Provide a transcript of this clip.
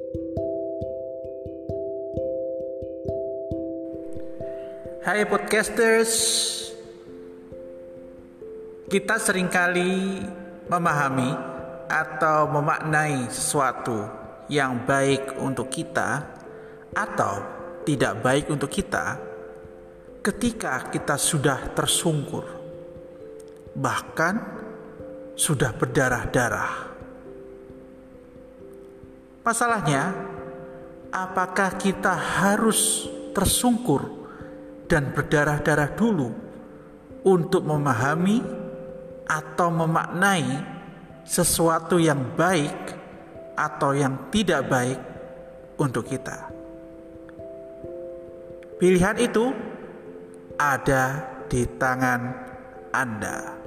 Hai podcasters, kita seringkali memahami atau memaknai sesuatu yang baik untuk kita atau tidak baik untuk kita ketika kita sudah tersungkur, bahkan sudah berdarah-darah. Masalahnya, apakah kita harus tersungkur dan berdarah-darah dulu untuk memahami atau memaknai sesuatu yang baik atau yang tidak baik untuk kita? Pilihan itu ada di tangan Anda.